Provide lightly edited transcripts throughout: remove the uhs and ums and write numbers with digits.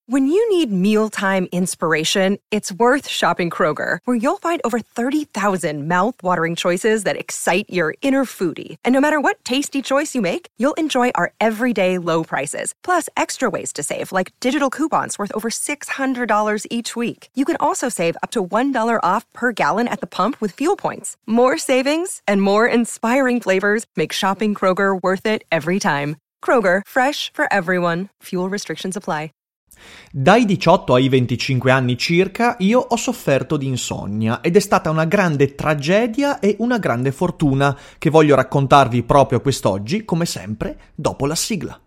When you need mealtime inspiration, it's worth shopping Kroger, where you'll find over 30,000 mouth-watering choices that excite your inner foodie. And no matter what tasty choice you make, you'll enjoy our everyday low prices, plus extra ways to save, like digital coupons worth over $600 each week. You can also save up to $1 off per gallon at the pump with fuel points. More savings and more inspiring flavors make shopping Kroger worth it every time. Kroger, fresh for everyone. Fuel restrictions apply. Dai 18 ai 25 anni circa io ho sofferto di insonnia ed è stata una grande tragedia e una grande fortuna che voglio raccontarvi proprio quest'oggi, come sempre, dopo la sigla.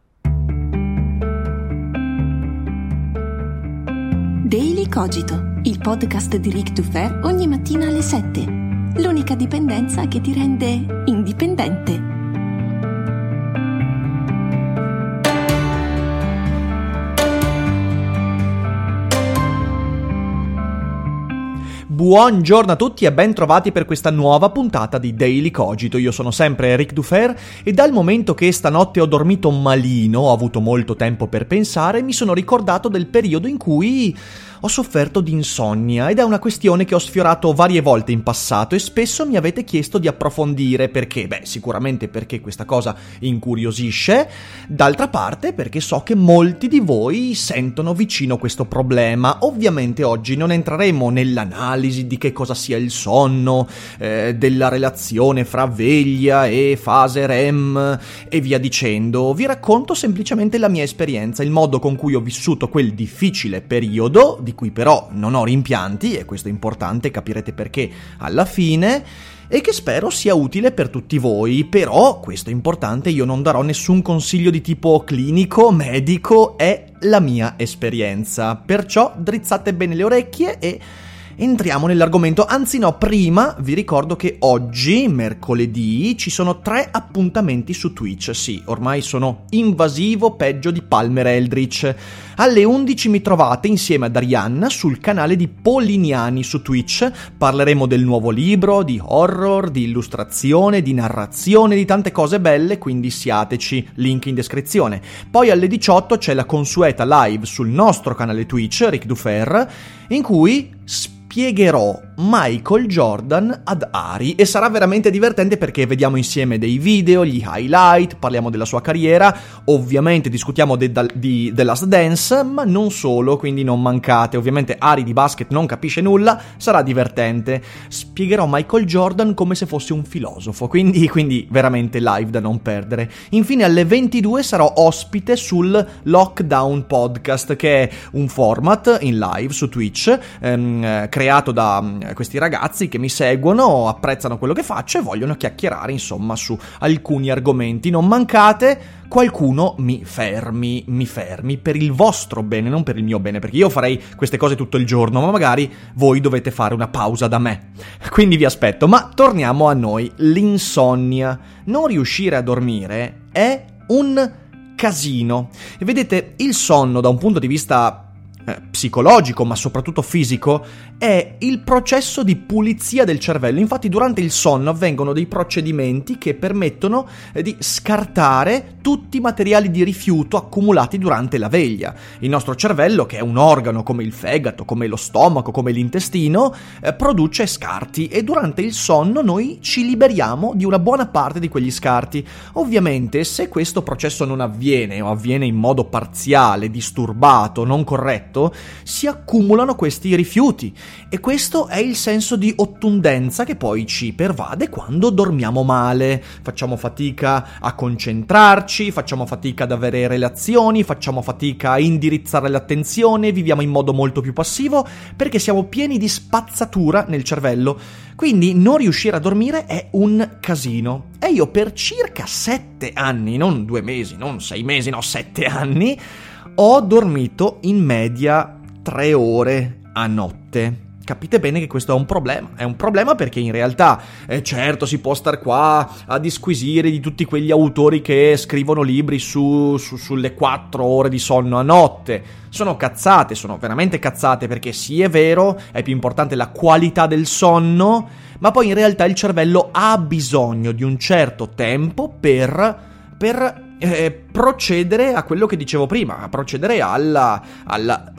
Daily Cogito, il podcast di Ric Dufer ogni mattina alle 7. L'unica dipendenza che ti rende indipendente. Buongiorno a tutti e ben trovati per questa nuova puntata di Daily Cogito. Io sono sempre Ric Dufer e dal momento che stanotte ho dormito malino, ho avuto molto tempo per pensare, mi sono ricordato del periodo in cui ho sofferto di insonnia ed è una questione che ho sfiorato varie volte in passato e spesso mi avete chiesto di approfondire perché? Beh, sicuramente perché questa cosa incuriosisce, d'altra parte perché so che molti di voi sentono vicino questo problema. Ovviamente oggi non entreremo nell'analisi di che cosa sia il sonno, della relazione fra veglia e fase REM e via dicendo. Vi racconto semplicemente la mia esperienza, il modo con cui ho vissuto quel difficile periodo, di cui però non ho rimpianti, e questo è importante, capirete perché alla fine, e che spero sia utile per tutti voi. Però, questo è importante, io non darò nessun consiglio di tipo clinico, medico, è la mia esperienza. Perciò drizzate bene le orecchie e entriamo nell'argomento. Anzi no, prima vi ricordo che oggi, mercoledì, ci sono 3 appuntamenti su Twitch. Sì, ormai sono invasivo, peggio di Palmer Eldritch. Alle 11 mi trovate insieme ad Arianna sul canale di Poliniani su Twitch. Parleremo del nuovo libro, di horror, di illustrazione, di narrazione, di tante cose belle, quindi siateci, link in descrizione. Poi alle 18 c'è la consueta live sul nostro canale Twitch, Ric Dufer, in cui spiegherò Michael Jordan ad Ari e sarà veramente divertente perché vediamo insieme dei video, gli highlight, parliamo della sua carriera, ovviamente discutiamo di The Last Dance, ma non solo, quindi non mancate. Ovviamente Ari di basket non capisce nulla, sarà divertente. Spiegherò Michael Jordan come se fosse un filosofo, quindi veramente live da non perdere. Infine alle 22 sarò ospite sul Lockdown Podcast, che è un format in live su Twitch, creato da questi ragazzi che mi seguono, apprezzano quello che faccio e vogliono chiacchierare insomma su alcuni argomenti. Non mancate, qualcuno mi fermi per il vostro bene, non per il mio bene, perché io farei queste cose tutto il giorno, ma magari voi dovete fare una pausa da me, quindi vi aspetto. Ma torniamo a noi. L'insonnia, non riuscire a dormire è un casino. E vedete, il sonno da un punto di vista psicologico, ma soprattutto fisico, è il processo di pulizia del cervello. Infatti durante il sonno avvengono dei procedimenti che permettono di scartare tutti i materiali di rifiuto accumulati durante la veglia. Il nostro cervello, che è un organo come il fegato, come lo stomaco, come l'intestino, produce scarti e durante il sonno noi ci liberiamo di una buona parte di quegli scarti. Ovviamente se questo processo non avviene o avviene in modo parziale, disturbato, non corretto, si accumulano questi rifiuti e questo è il senso di ottundenza che poi ci pervade quando dormiamo male. Facciamo fatica a concentrarci, facciamo fatica ad avere relazioni, facciamo fatica a indirizzare l'attenzione, viviamo in modo molto più passivo perché siamo pieni di spazzatura nel cervello. Quindi non riuscire a dormire è un casino. E io per circa 7 anni, non 2 mesi, non 6 mesi, no 7 anni, ho dormito in media 3 ore a notte. Capite bene che questo è un problema perché in realtà, certo, si può star qua a disquisire di tutti quegli autori che scrivono libri sulle 4 ore di sonno a notte. Sono cazzate, sono veramente cazzate, perché sì, è vero, è più importante la qualità del sonno, ma poi in realtà il cervello ha bisogno di un certo tempo per procedere a quello che dicevo prima, a procedere alla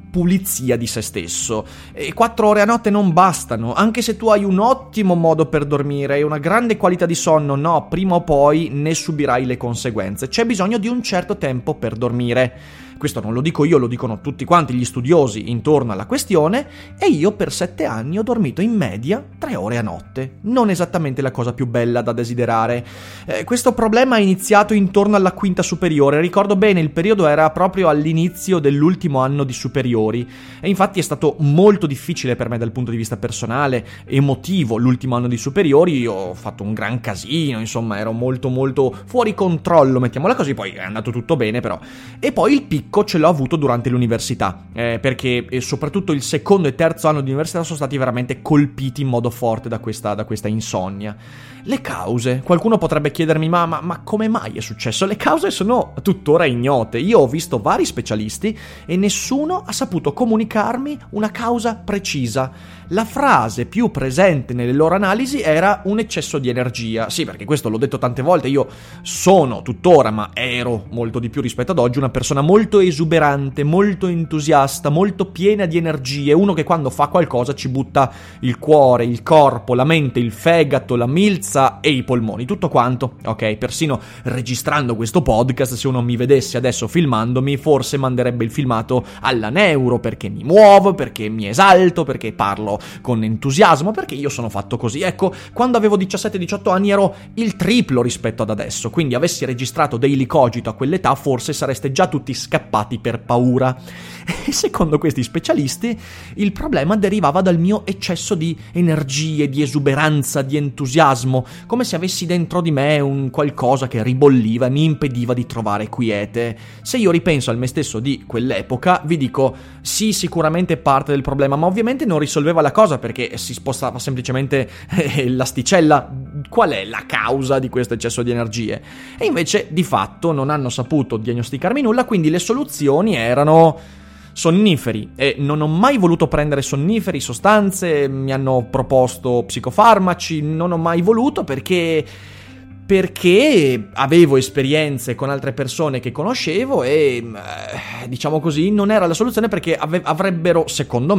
pulizia di se stesso. E 4 ore a notte non bastano, anche se tu hai un ottimo modo per dormire e una grande qualità di sonno, no, prima o poi ne subirai le conseguenze. C'è bisogno di un certo tempo per dormire. Questo non lo dico io, lo dicono tutti quanti gli studiosi intorno alla questione, e io per 7 anni ho dormito in media 3 ore a notte. Non esattamente la cosa più bella da desiderare. Questo problema è iniziato intorno alla quinta superiore. Ricordo bene, il periodo era proprio all'inizio dell'ultimo anno di superiori, e infatti è stato molto difficile per me dal punto di vista personale, emotivo. L'ultimo anno di superiori ho fatto un gran casino, insomma ero molto fuori controllo, mettiamola così. Poi è andato tutto bene però. E poi il picco ce l'ho avuto durante l'università, perché soprattutto il secondo e terzo anno di università sono stati veramente colpiti in modo forte da questa insonnia. Le cause, qualcuno potrebbe chiedermi ma come mai è successo? Le cause sono tuttora ignote. Io ho visto vari specialisti e nessuno ha saputo comunicarmi una causa precisa. La frase più presente nelle loro analisi era un eccesso di energia. Sì, perché questo l'ho detto tante volte, io sono tuttora, ma ero molto di più rispetto ad oggi, una persona molto esuberante, molto entusiasta, molto piena di energie, uno che quando fa qualcosa ci butta il cuore, il corpo, la mente, il fegato, la milza e i polmoni, tutto quanto, ok? Persino registrando questo podcast, se uno mi vedesse adesso filmandomi, forse manderebbe il filmato alla neuro, perché mi muovo, perché mi esalto, perché parlo con entusiasmo, perché io sono fatto così. Ecco, quando avevo 17-18 anni ero il triplo rispetto ad adesso, quindi avessi registrato Daily Cogito a quell'età forse sareste già tutti scappati per paura. E secondo questi specialisti il problema derivava dal mio eccesso di energie, di esuberanza, di entusiasmo, come se avessi dentro di me un qualcosa che ribolliva e mi impediva di trovare quiete. Se io ripenso al me stesso di quell'epoca, vi dico sì, sicuramente parte del problema, ma ovviamente non risolveva la cosa, perché si spostava semplicemente l'asticella. Qual è la causa di questo eccesso di energie? E invece di fatto non hanno saputo diagnosticarmi nulla, quindi le soluzioni erano sonniferi, e non ho mai voluto prendere sonniferi, sostanze, mi hanno proposto psicofarmaci, non ho mai voluto perché avevo esperienze con altre persone che conoscevo e, diciamo così, non era la soluzione, perché avrebbero, secondo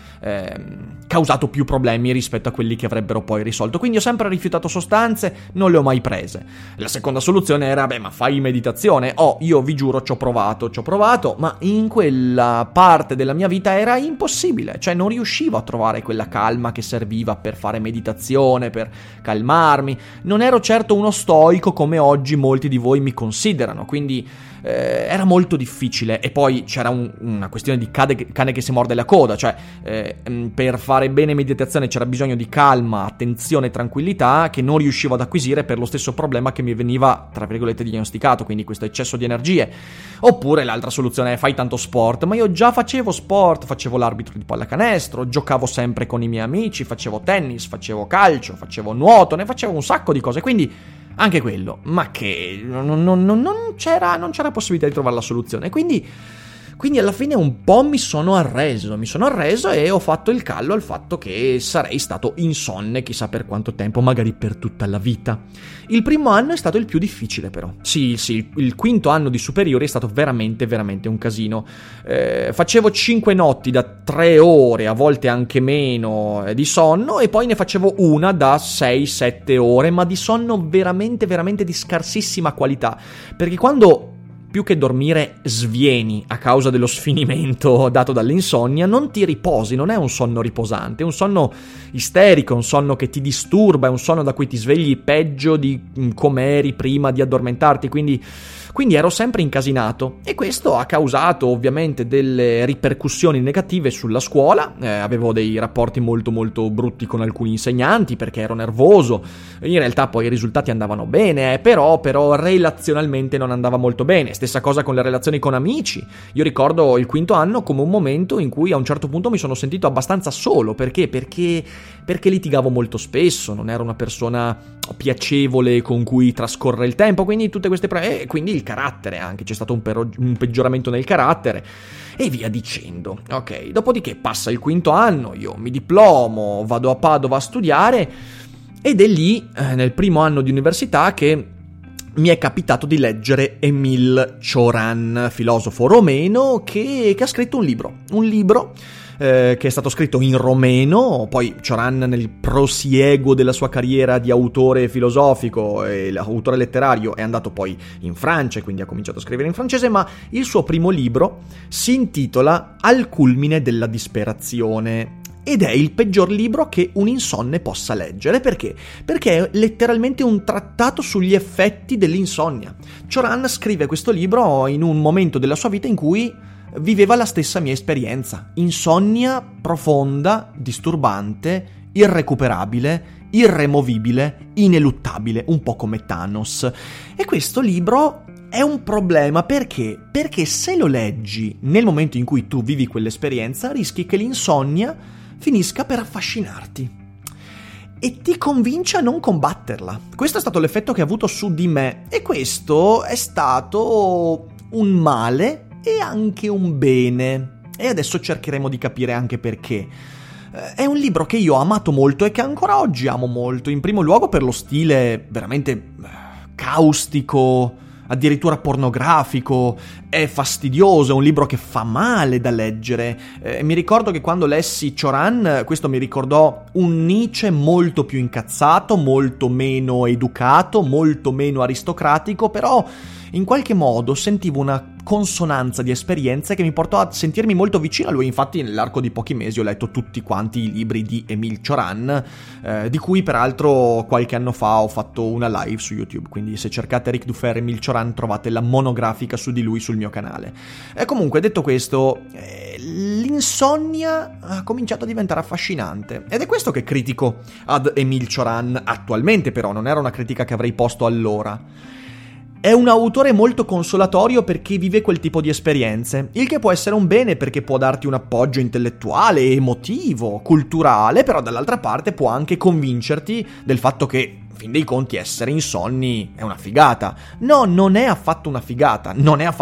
me, causato più problemi rispetto a quelli che avrebbero poi risolto. Quindi ho sempre rifiutato sostanze, non le ho mai prese. La seconda soluzione era, ma fai meditazione. Io vi giuro, ci ho provato, ma in quella parte della mia vita era impossibile, cioè non riuscivo a trovare quella calma che serviva per fare meditazione, per calmarmi. Non ero certo uno stoico come oggi molti di voi mi considerano, quindi era molto difficile. E poi c'era una questione di cane che si morde la coda, cioè per fare bene meditazione c'era bisogno di calma, attenzione e tranquillità, che non riuscivo ad acquisire per lo stesso problema che mi veniva, tra virgolette, diagnosticato, quindi questo eccesso di energie. Oppure l'altra soluzione è: fai tanto sport. Ma io già facevo sport, facevo l'arbitro di pallacanestro, giocavo sempre con i miei amici, facevo tennis, facevo calcio, facevo nuoto, ne facevo un sacco di cose, quindi anche quello, ma che non c'era possibilità di trovare la soluzione. Quindi alla fine un po' mi sono arreso e ho fatto il callo al fatto che sarei stato insonne chissà per quanto tempo, magari per tutta la vita. Il primo anno è stato il più difficile però. Sì, il quinto anno di superiori è stato veramente un casino. Facevo 5 notti da 3 ore, a volte anche meno, di sonno, e poi ne facevo una da 6-7 ore, ma di sonno veramente di scarsissima qualità, perché quando più che dormire svieni a causa dello sfinimento dato dall'insonnia, non ti riposi, non è un sonno riposante, è un sonno isterico, un sonno che ti disturba, è un sonno da cui ti svegli peggio di come eri prima di addormentarti, quindi ero sempre incasinato, e questo ha causato ovviamente delle ripercussioni negative sulla scuola. Avevo dei rapporti molto brutti con alcuni insegnanti perché ero nervoso. In realtà poi i risultati andavano bene, però relazionalmente non andava molto bene. Stessa cosa con le relazioni con amici. Io ricordo il quinto anno come un momento in cui a un certo punto mi sono sentito abbastanza solo. Perché litigavo molto spesso, non ero una persona piacevole con cui trascorre il tempo, quindi tutte queste quindi il carattere anche, c'è stato un peggioramento nel carattere e via dicendo. Ok, dopodiché passa il quinto anno, io mi diplomo, vado a Padova a studiare, ed è lì nel primo anno di università che mi è capitato di leggere Émile Cioran, filosofo romeno che ha scritto un libro che è stato scritto in romeno. Poi Cioran, nel prosieguo della sua carriera di autore filosofico e autore letterario, è andato poi in Francia e quindi ha cominciato a scrivere in francese, ma il suo primo libro si intitola Al culmine della disperazione. Ed è il peggior libro che un insonne possa leggere. Perché? Perché è letteralmente un trattato sugli effetti dell'insonnia. Cioran scrive questo libro in un momento della sua vita in cui viveva la stessa mia esperienza. Insonnia profonda, disturbante, irrecuperabile, irremovibile, ineluttabile, un po' come Thanos. E questo libro è un problema perché? Perché se lo leggi nel momento in cui tu vivi quell'esperienza, rischi che l'insonnia finisca per affascinarti e ti convince a non combatterla. Questo è stato l'effetto che ha avuto su di me, e questo è stato un male e anche un bene, e adesso cercheremo di capire anche perché. È un libro che io ho amato molto e che ancora oggi amo molto, in primo luogo per lo stile veramente caustico, addirittura pornografico, è fastidioso, è un libro che fa male da leggere. Mi ricordo che quando lessi Cioran, questo mi ricordò un Nietzsche molto più incazzato, molto meno educato, molto meno aristocratico, però in qualche modo sentivo una consonanza di esperienze che mi portò a sentirmi molto vicino a lui. Infatti nell'arco di pochi mesi ho letto tutti quanti i libri di Émile Cioran, di cui peraltro qualche anno fa ho fatto una live su YouTube, quindi se cercate Ric Dufer Émile Cioran trovate la monografica su di lui sul mio canale. E comunque, detto questo, l'insonnia ha cominciato a diventare affascinante, ed è questo che critico ad Émile Cioran attualmente, però non era una critica che avrei posto allora. È un autore molto consolatorio per chi vive quel tipo di esperienze, il che può essere un bene perché può darti un appoggio intellettuale, emotivo, culturale, però dall'altra parte può anche convincerti del fatto che, in fin dei conti, essere insonni è una figata. No, non è affatto una figata,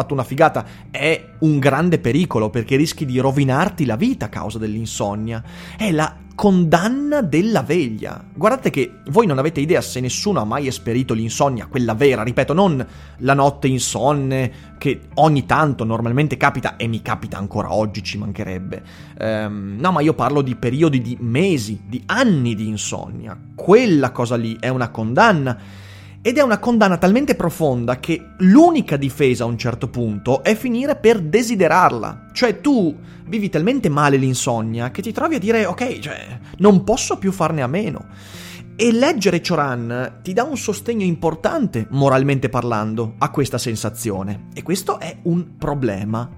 è un grande pericolo perché rischi di rovinarti la vita a causa dell'insonnia. È la condanna della veglia. Guardate che voi non avete idea, se nessuno ha mai esperito l'insonnia, quella vera, ripeto, non la notte insonne che ogni tanto normalmente capita, e mi capita ancora oggi, ci mancherebbe. No, ma io parlo di periodi di mesi, di anni di insonnia. Quella cosa lì è una condanna. Ed è una condanna talmente profonda che l'unica difesa a un certo punto è finire per desiderarla. Cioè tu vivi talmente male l'insonnia che ti trovi a dire ok, cioè non posso più farne a meno. E leggere Cioran ti dà un sostegno importante, moralmente parlando, a questa sensazione. E questo è un problema.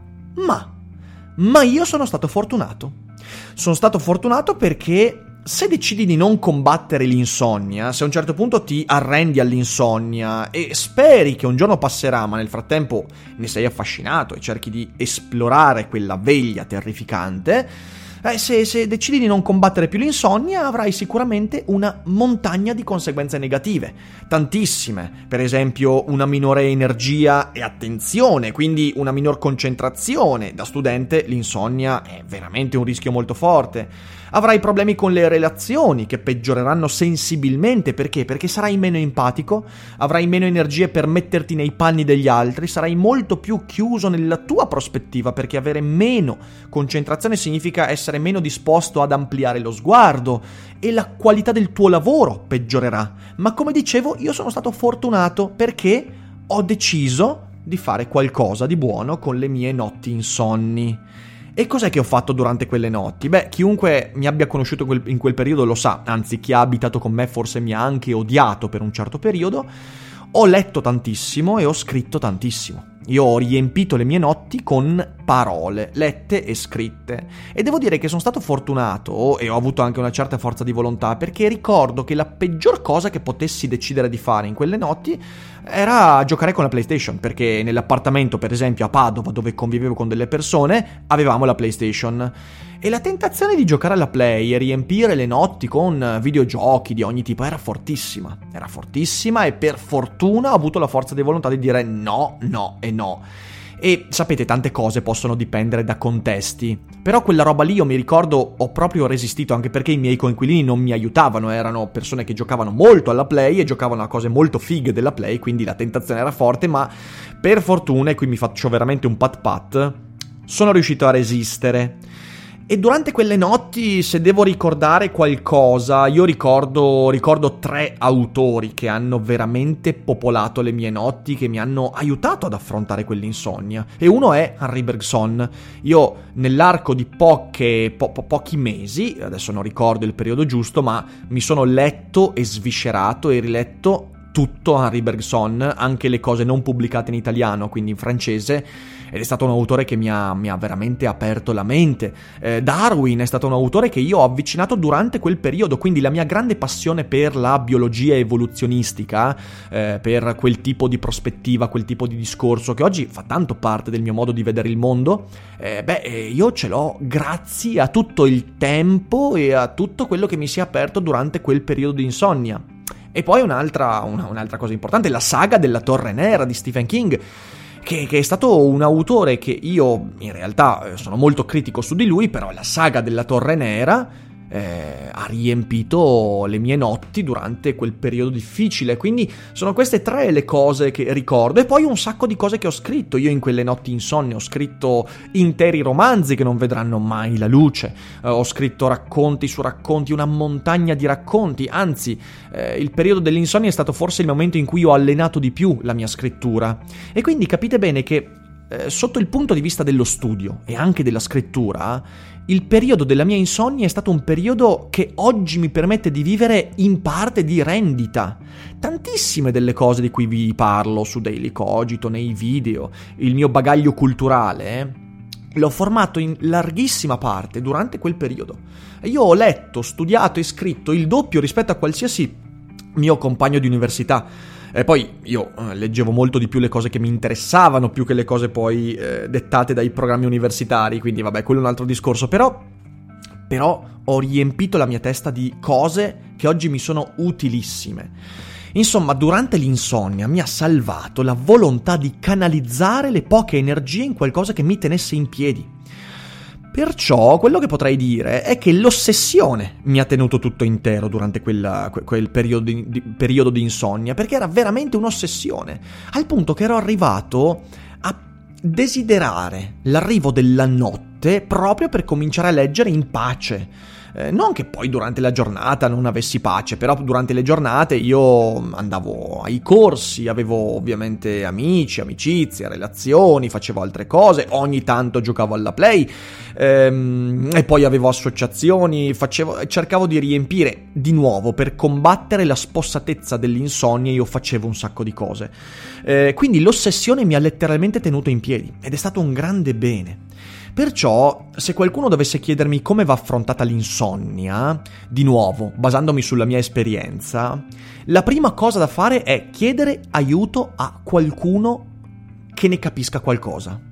Ma io sono stato fortunato. Sono stato fortunato perché se decidi di non combattere l'insonnia, se a un certo punto ti arrendi all'insonnia e speri che un giorno passerà, ma nel frattempo ne sei affascinato e cerchi di esplorare quella veglia terrificante, se decidi di non combattere più l'insonnia, avrai sicuramente una montagna di conseguenze negative, tantissime. Per esempio una minore energia e attenzione, quindi una minor concentrazione. Da studente l'insonnia è veramente un rischio molto forte. Avrai problemi con le relazioni che peggioreranno sensibilmente. Perché? Perché sarai meno empatico, avrai meno energie per metterti nei panni degli altri, sarai molto più chiuso nella tua prospettiva, perché avere meno concentrazione significa essere meno disposto ad ampliare lo sguardo, e la qualità del tuo lavoro peggiorerà. Ma come dicevo, io sono stato fortunato perché ho deciso di fare qualcosa di buono con le mie notti insonni. E cos'è che ho fatto durante quelle notti? Beh, chiunque mi abbia conosciuto in quel periodo lo sa, anzi chi ha abitato con me forse mi ha anche odiato per un certo periodo. Ho letto tantissimo e ho scritto tantissimo. Io ho riempito le mie notti con parole, lette e scritte. E devo dire che sono stato fortunato e ho avuto anche una certa forza di volontà, perché ricordo che la peggior cosa che potessi decidere di fare in quelle notti era giocare con la PlayStation, perché nell'appartamento, per esempio a Padova, dove convivevo con delle persone, avevamo la PlayStation. E la tentazione di giocare alla Play e riempire le notti con videogiochi di ogni tipo era fortissima, e per fortuna ho avuto la forza di volontà di dire no, no e no. E sapete, tante cose possono dipendere da contesti, però quella roba lì io mi ricordo ho proprio resistito, anche perché i miei coinquilini non mi aiutavano, erano persone che giocavano molto alla Play e giocavano a cose molto fighe della Play, quindi la tentazione era forte, ma per fortuna, e qui mi faccio veramente un pat pat, sono riuscito a resistere. E durante quelle notti, se devo ricordare qualcosa, io ricordo 3 autori che hanno veramente popolato le mie notti, che mi hanno aiutato ad affrontare quell'insonnia. E uno è Henri Bergson. Io nell'arco di pochi mesi, adesso non ricordo il periodo giusto, ma mi sono letto e sviscerato e riletto tutto Henri Bergson, anche le cose non pubblicate in italiano, quindi in francese, ed è stato un autore che mi ha veramente aperto la mente. Darwin è stato un autore che io ho avvicinato durante quel periodo, quindi la mia grande passione per la biologia evoluzionistica, per quel tipo di prospettiva, quel tipo di discorso che oggi fa tanto parte del mio modo di vedere il mondo, io ce l'ho grazie a tutto il tempo e a tutto quello che mi si è aperto durante quel periodo di insonnia. E poi un'altra cosa importante, la saga della Torre Nera di Stephen King, che è stato un autore che io in realtà sono molto critico su di lui, però la saga della Torre Nera ha riempito le mie notti durante quel periodo difficile. Quindi sono queste 3 le cose che ricordo, e poi un sacco di cose che ho scritto. Io in quelle notti insonne ho scritto interi romanzi che non vedranno mai la luce, ho scritto racconti su racconti, una montagna di racconti, anzi il periodo dell'insonnia è stato forse il momento in cui ho allenato di più la mia scrittura. E quindi capite bene che sotto il punto di vista dello studio e anche della scrittura, il periodo della mia insonnia è stato un periodo che oggi mi permette di vivere in parte di rendita. Tantissime delle cose di cui vi parlo su Daily Cogito, nei video, il mio bagaglio culturale, l'ho formato in larghissima parte durante quel periodo. Io ho letto, studiato e scritto il doppio rispetto a qualsiasi mio compagno di università. E poi io leggevo molto di più le cose che mi interessavano, più che le cose poi dettate dai programmi universitari, quindi vabbè, quello è un altro discorso. Però ho riempito la mia testa di cose che oggi mi sono utilissime. Insomma, durante l'insonnia mi ha salvato la volontà di canalizzare le poche energie in qualcosa che mi tenesse in piedi. Perciò quello che potrei dire è che l'ossessione mi ha tenuto tutto intero durante quel periodo di insonnia, perché era veramente un'ossessione, al punto che ero arrivato a desiderare l'arrivo della notte proprio per cominciare a leggere in pace. Non che poi durante la giornata non avessi pace, però durante le giornate io andavo ai corsi, avevo ovviamente amici, amicizie, relazioni, facevo altre cose, ogni tanto giocavo alla Play, e poi avevo associazioni, cercavo di riempire di nuovo per combattere la spossatezza dell'insonnia. Io facevo un sacco di cose, quindi l'ossessione mi ha letteralmente tenuto in piedi ed è stato un grande bene. Perciò, se qualcuno dovesse chiedermi come va affrontata l'insonnia, di nuovo, basandomi sulla mia esperienza, la prima cosa da fare è chiedere aiuto a qualcuno che ne capisca qualcosa.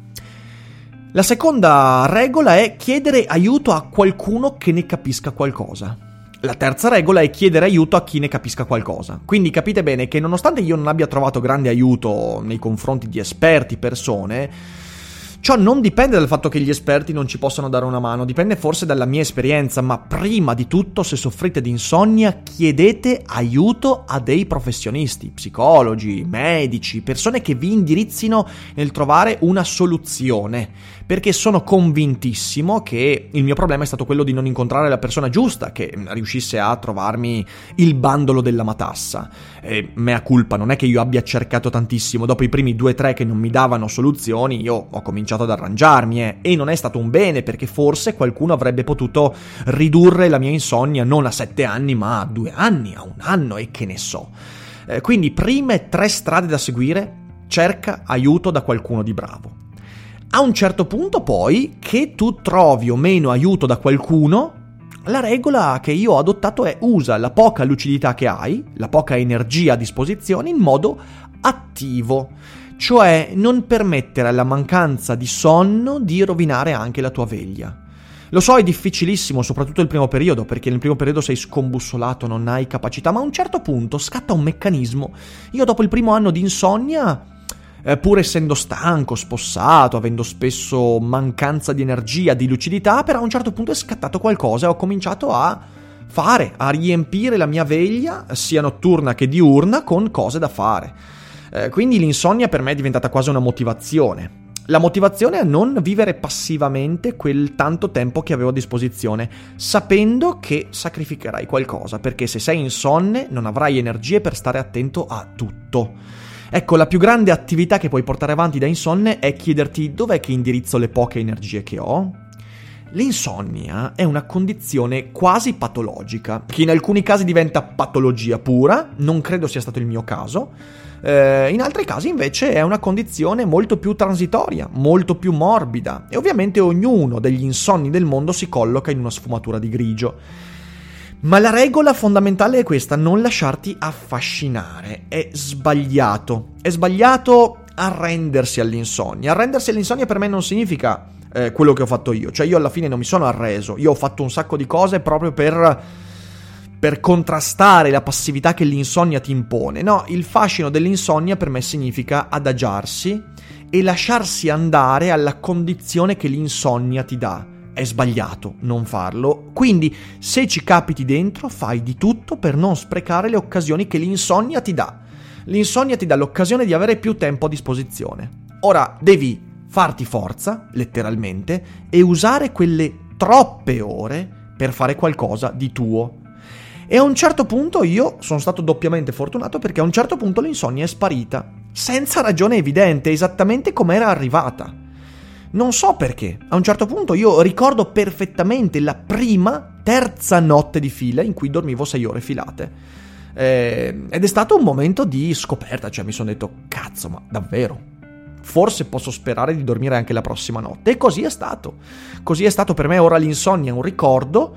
La seconda regola è chiedere aiuto a qualcuno che ne capisca qualcosa. La terza regola è chiedere aiuto a chi ne capisca qualcosa. Quindi capite bene che nonostante io non abbia trovato grande aiuto nei confronti di esperti, persone, ciò non dipende dal fatto che gli esperti non ci possano dare una mano, dipende forse dalla mia esperienza, ma prima di tutto, se soffrite di insonnia, chiedete aiuto a dei professionisti, psicologi, medici, persone che vi indirizzino nel trovare una soluzione, perché sono convintissimo che il mio problema è stato quello di non incontrare la persona giusta che riuscisse a trovarmi il bandolo della matassa. Mea culpa, non è che io abbia cercato tantissimo, dopo i primi 2-3 che non mi davano soluzioni, io ho cominciato ad arrangiarmi, e non è stato un bene, perché forse qualcuno avrebbe potuto ridurre la mia insonnia non a 7 anni ma a 2 anni, a 1 anno, e che ne so. Quindi prime 3 strade da seguire: cerca aiuto da qualcuno di bravo. A un certo punto poi, che tu trovi o meno aiuto da qualcuno, la regola che io ho adottato è: usa la poca lucidità che hai, la poca energia a disposizione in modo attivo. Cioè non permettere alla mancanza di sonno di rovinare anche la tua veglia. Lo so, è difficilissimo, soprattutto il primo periodo, perché nel primo periodo sei scombussolato, non hai capacità, ma a un certo punto scatta un meccanismo. Io dopo il primo anno di insonnia pur essendo stanco, spossato, avendo spesso mancanza di energia, di lucidità, però a un certo punto è scattato qualcosa e ho cominciato a riempire la mia veglia, sia notturna che diurna, con cose da fare. Quindi l'insonnia per me è diventata quasi una motivazione. La motivazione a non vivere passivamente quel tanto tempo che avevo a disposizione, sapendo che sacrificherai qualcosa, perché se sei insonne non avrai energie per stare attento a tutto. Ecco, la più grande attività che puoi portare avanti da insonne è chiederti dov'è che indirizzo le poche energie che ho. L'insonnia è una condizione quasi patologica, che in alcuni casi diventa patologia pura, non credo sia stato il mio caso. In altri casi invece è una condizione molto più transitoria, molto più morbida, e ovviamente ognuno degli insonni del mondo si colloca in una sfumatura di grigio. Ma la regola fondamentale è questa: non lasciarti affascinare. È sbagliato arrendersi all'insonnia. Arrendersi all'insonnia per me non significa quello che ho fatto io, cioè io alla fine non mi sono arreso, io ho fatto un sacco di cose proprio per contrastare la passività che l'insonnia ti impone. No, il fascino dell'insonnia per me significa adagiarsi e lasciarsi andare alla condizione che l'insonnia ti dà. È sbagliato non farlo, quindi se ci capiti dentro fai di tutto per non sprecare le occasioni che l'insonnia ti dà. L'insonnia ti dà l'occasione di avere più tempo a disposizione. Ora devi farti forza, letteralmente, e usare quelle troppe ore per fare qualcosa di tuo. E a un certo punto io sono stato doppiamente fortunato, perché a un certo punto l'insonnia è sparita, senza ragione evidente, esattamente come era arrivata. Non so perché. A un certo punto io ricordo perfettamente la terza notte di fila in cui dormivo 6 ore filate. Ed è stato un momento di scoperta, cioè mi sono detto, cazzo, ma davvero? Forse posso sperare di dormire anche la prossima notte. E così è stato. Così è stato per me. Ora l'insonnia è un ricordo.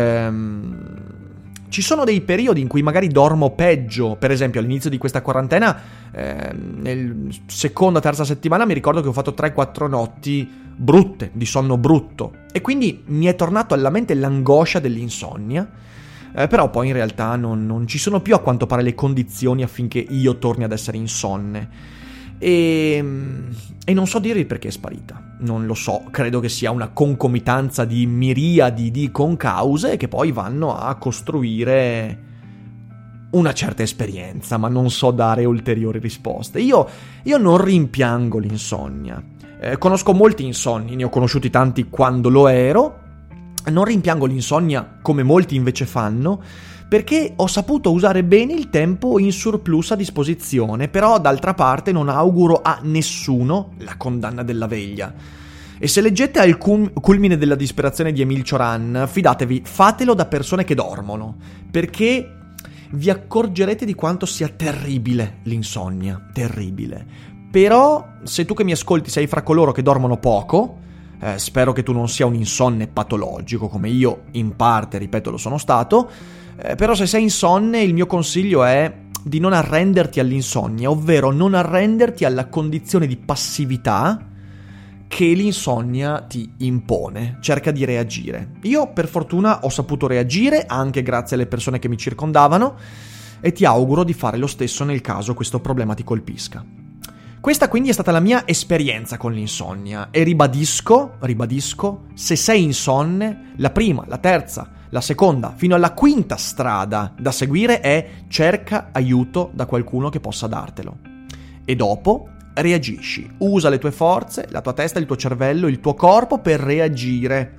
Ci sono dei periodi in cui magari dormo peggio. Per esempio all'inizio di questa quarantena, nel seconda, terza settimana, mi ricordo che ho fatto 3-4 notti brutte, di sonno brutto, e quindi mi è tornato alla mente l'angoscia dell'insonnia. Però poi in realtà non ci sono più, a quanto pare, le condizioni affinché io torni ad essere insonne. E non so dirvi perché è sparita, non lo so, credo che sia una concomitanza di miriadi di concause che poi vanno a costruire una certa esperienza, ma non so dare ulteriori risposte. Io non rimpiango l'insonnia, conosco molti insonni, ne ho conosciuti tanti quando lo ero, non rimpiango l'insonnia come molti invece fanno, perché ho saputo usare bene il tempo in surplus a disposizione. Però d'altra parte non auguro a nessuno la condanna della veglia. E se leggete Al culmine della disperazione di Émile Cioran, fidatevi, fatelo da persone che dormono, perché vi accorgerete di quanto sia terribile l'insonnia, terribile. Però se tu che mi ascolti sei fra coloro che dormono poco, spero che tu non sia un insonne patologico come io in parte, ripeto, lo sono stato. Però se sei insonne, il mio consiglio è di non arrenderti all'insonnia, ovvero non arrenderti alla condizione di passività che l'insonnia ti impone. Cerca di reagire. Io per fortuna ho saputo reagire anche grazie alle persone che mi circondavano, e ti auguro di fare lo stesso nel caso questo problema ti colpisca. Questa quindi è stata la mia esperienza con l'insonnia, e ribadisco, se sei insonne, la prima, la terza, la seconda, fino alla quinta strada da seguire è: cerca aiuto da qualcuno che possa dartelo. E dopo reagisci, usa le tue forze, la tua testa, il tuo cervello, il tuo corpo per reagire.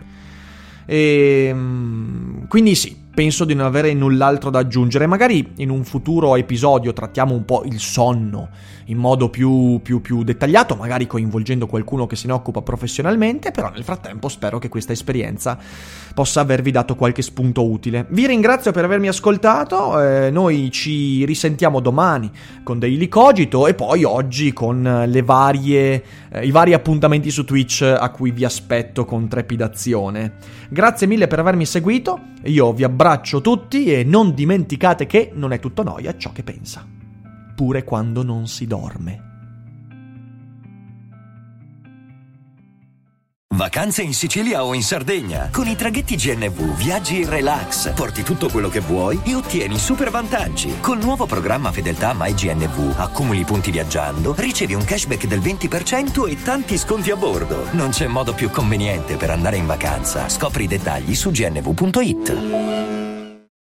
E quindi sì, penso di non avere null'altro da aggiungere. Magari in un futuro episodio trattiamo un po' il sonno in modo più dettagliato, magari coinvolgendo qualcuno che se ne occupa professionalmente, però nel frattempo spero che questa esperienza possa avervi dato qualche spunto utile. Vi ringrazio per avermi ascoltato, noi ci risentiamo domani con Daily Cogito e poi oggi con i vari appuntamenti su Twitch a cui vi aspetto con trepidazione. Grazie mille per avermi seguito, io vi abbraccio tutti e non dimenticate che non è tutto noia ciò che pensa, pure quando non si dorme. Vacanze in Sicilia o in Sardegna. Con i traghetti GNV viaggi in relax, porti tutto quello che vuoi e ottieni super vantaggi. Col nuovo programma Fedeltà MyGNV accumuli punti viaggiando, ricevi un cashback del 20% e tanti sconti a bordo. Non c'è modo più conveniente per andare in vacanza. Scopri i dettagli su gnv.it.